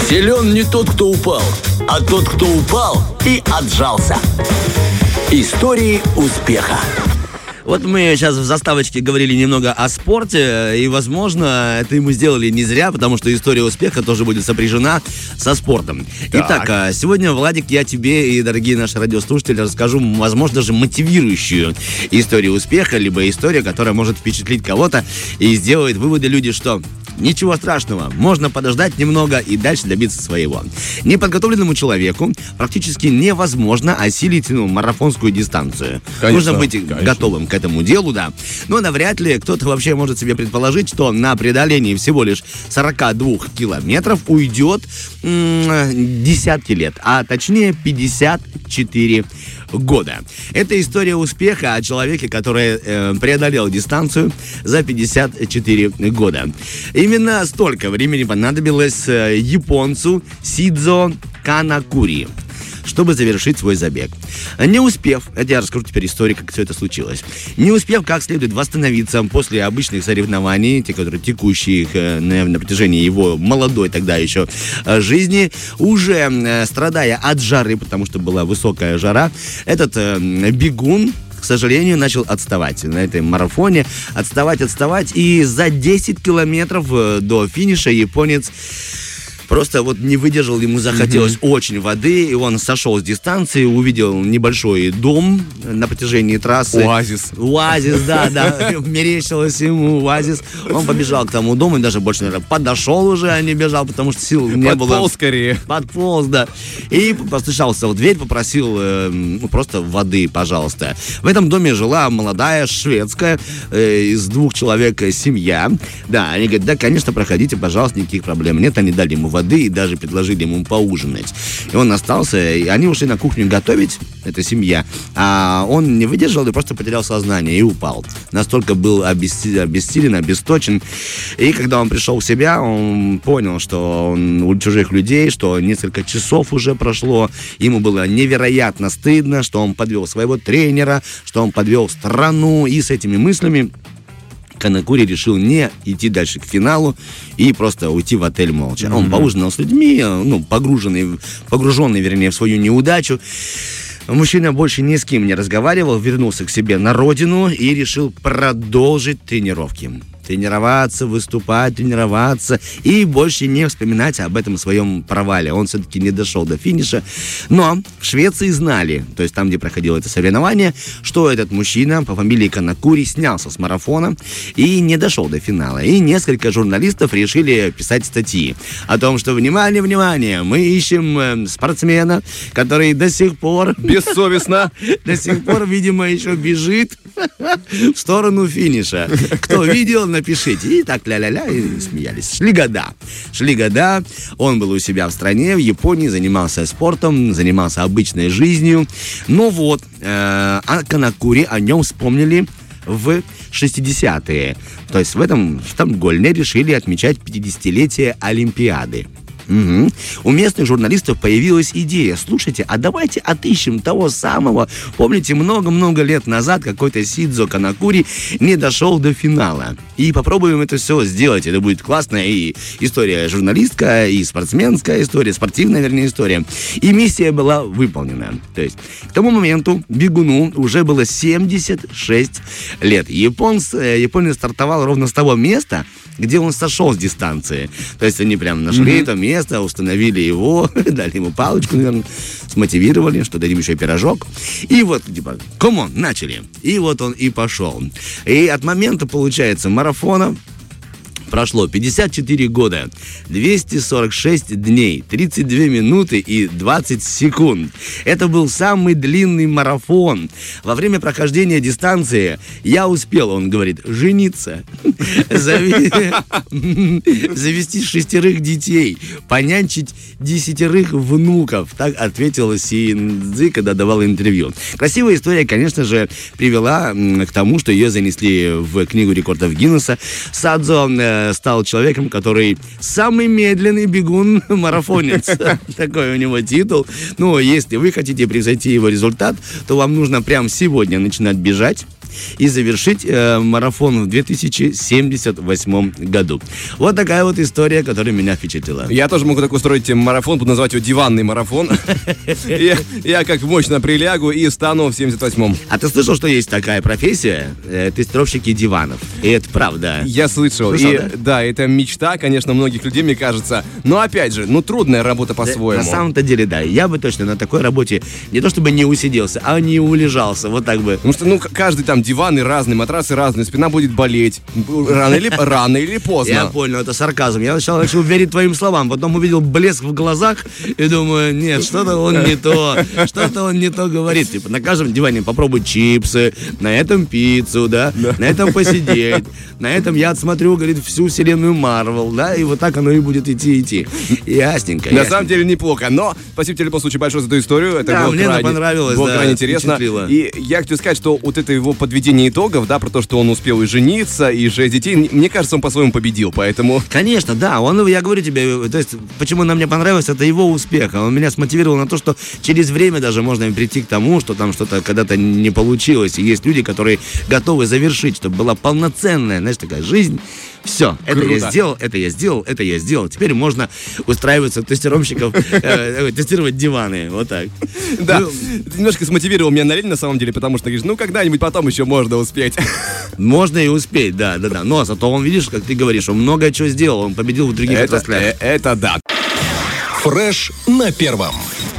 Силен не тот, кто упал, а тот, кто упал и отжался. Истории успеха. Вот мы сейчас в заставочке говорили немного о спорте, и, возможно, это мы сделали не зря, потому что история успеха тоже будет сопряжена со спортом. Так. Итак, сегодня, Владик, я тебе и дорогие наши радиослушатели расскажу, возможно, даже мотивирующую историю успеха, либо историю, которая может впечатлить кого-то и сделает выводы люди, что ничего страшного, можно подождать немного и дальше добиться своего. Неподготовленному человеку практически невозможно осилить марафонскую дистанцию. Конечно, Нужно быть готовым к этому делу, да. Но навряд ли кто-то вообще может себе предположить, что на преодолении всего лишь 42 километров уйдет десятки лет, а точнее 54 года. Это история успеха о человеке, который преодолел дистанцию за 54 года. Именно столько времени понадобилось японцу Сидзо Канакури, чтобы завершить свой забег. Не успев, это я расскажу теперь историю, как все это случилось, не успев как следует восстановиться после обычных соревнований, те, которые текущие на протяжении его молодой тогда еще жизни, уже страдая от жары, потому что была высокая жара, этот бегун, к сожалению, начал отставать на этом марафоне. Отставать. И за 10 километров до финиша японец просто вот не выдержал, ему захотелось очень воды, и он сошел с дистанции, увидел небольшой дом на протяжении трассы. Оазис, да, мерещилось ему оазис. Он побежал к тому дому, и даже больше, наверное, подошел уже, а не бежал, потому что сил не было. Подполз скорее. Подполз, да. И постучался в дверь, попросил просто воды, пожалуйста. В этом доме жила молодая шведская из 2 человек семья. Да, они говорят, да, конечно, проходите, пожалуйста, никаких проблем нет. Они дали ему воды и даже предложили ему поужинать. И он остался, и они ушли на кухню готовить, эта семья, а он не выдержал и просто потерял сознание и упал. Настолько был обессилен, обесточен. И когда он пришел в себя, он понял, что он у чужих людей, что несколько часов уже прошло, ему было невероятно стыдно, что он подвел своего тренера, что он подвел страну, и с этими мыслями Канакури решил не идти дальше к финалу и просто уйти в отель молча. Он поужинал с людьми, погруженный в свою неудачу. Мужчина больше ни с кем не разговаривал, вернулся к себе на родину и решил продолжить тренировки. Тренироваться, выступать, тренироваться и больше не вспоминать об этом своем провале. Он все-таки не дошел до финиша. Но в Швеции знали, то есть там, где проходило это соревнование, что этот мужчина по фамилии Канакури снялся с марафона и не дошел до финала. И несколько журналистов решили писать статьи о том, что, внимание, мы ищем спортсмена, который до сих пор... Бессовестно. До сих пор, видимо, еще бежит в сторону финиша. Кто видел, напишите. И так ля-ля-ля, и смеялись. Шли года. Он был у себя в стране, в Японии, занимался спортом, занимался обычной жизнью. Но вот, о Канакури, о нем вспомнили в 60-е. То есть в Стокгольме решили отмечать 50-летие Олимпиады. Угу. У местных журналистов появилась идея: слушайте, а давайте отыщем того самого. Помните, много-много лет назад какой-то Сидзо Канакури не дошел до финала. И попробуем это все сделать. Это будет классная и история журналистская, и спортсменская история, спортивная, вернее, история. И миссия была выполнена. То есть к тому моменту бегуну уже было 76 лет. Японец стартовал ровно с того места, где он сошел с дистанции. То есть они прям нашли это место, установили его, дали ему палочку, наверное, смотивировали, что дадим еще пирожок. И вот, камон, начали. И вот он и пошел. И от момента, получается, марафона прошло 54 года, 246 дней, 32 минуты и 20 секунд. Это был самый длинный марафон. Во время прохождения дистанции я успел, он говорит, жениться, завести 6 детей, понянчить 10 внуков. Так ответила Синдзи, когда давала интервью. Красивая история, конечно же, привела к тому, что ее занесли в книгу рекордов Гиннесса. Сидзо стал человеком, который самый медленный бегун-марафонец. Такой у него титул. Ну, если вы хотите превзойти его результат, то вам нужно прямо сегодня начинать бежать. и завершить марафон в 2078 году. Вот такая вот история, которая меня впечатлила. Я тоже могу так устроить марафон, буду называть его диванный марафон. Я как мощно прилягу и стану в 78-м. А ты слышал, что есть такая профессия? Тестировщики диванов. И это правда. Я слышал. И да, это мечта, конечно, многих людей, мне кажется. Но опять же, трудная работа по-своему. На самом-то деле, да. Я бы точно на такой работе не то чтобы не усиделся, а не улежался. Вот так бы. Потому что, каждый там диван и разные, матрасы разные, спина будет болеть. Рано или поздно. Я понял, это сарказм. Я сначала начал верить твоим словам, потом увидел блеск в глазах и думаю, нет, что-то он не то говорит. Типа на каждом диване попробуй чипсы, на этом пиццу, да, на этом посидеть, на этом я отсмотрю, говорит, всю вселенную Марвел, да, и вот так оно и будет идти. Ясненько. На самом деле неплохо, но спасибо тебе, по случаю, большое за эту историю. Это да, было мне это понравилось, было крайне интересно. Впечатлило. И я хочу сказать, что вот это его подведение итогов, да, про то, что он успел и жениться, и 6 детей, мне кажется, он по-своему победил, поэтому... Конечно, да, я говорю тебе, то есть, почему нам мне понравилось, это его успех. Он меня смотивировал на то, что через время даже можно прийти к тому, что там что-то когда-то не получилось. И есть люди, которые готовы завершить, чтобы была полноценная, знаешь, такая жизнь. Все, это я сделал. Теперь можно устраиваться тестировщиков, тестировать диваны. Вот так. Да, ты немножко смотивировал меня на лень, на самом деле, потому что говоришь, когда-нибудь потом еще можно успеть. Можно и успеть, да. Но зато он, видишь, как ты говоришь, он много чего сделал, он победил в других отраслях. Это да. Фреш на первом.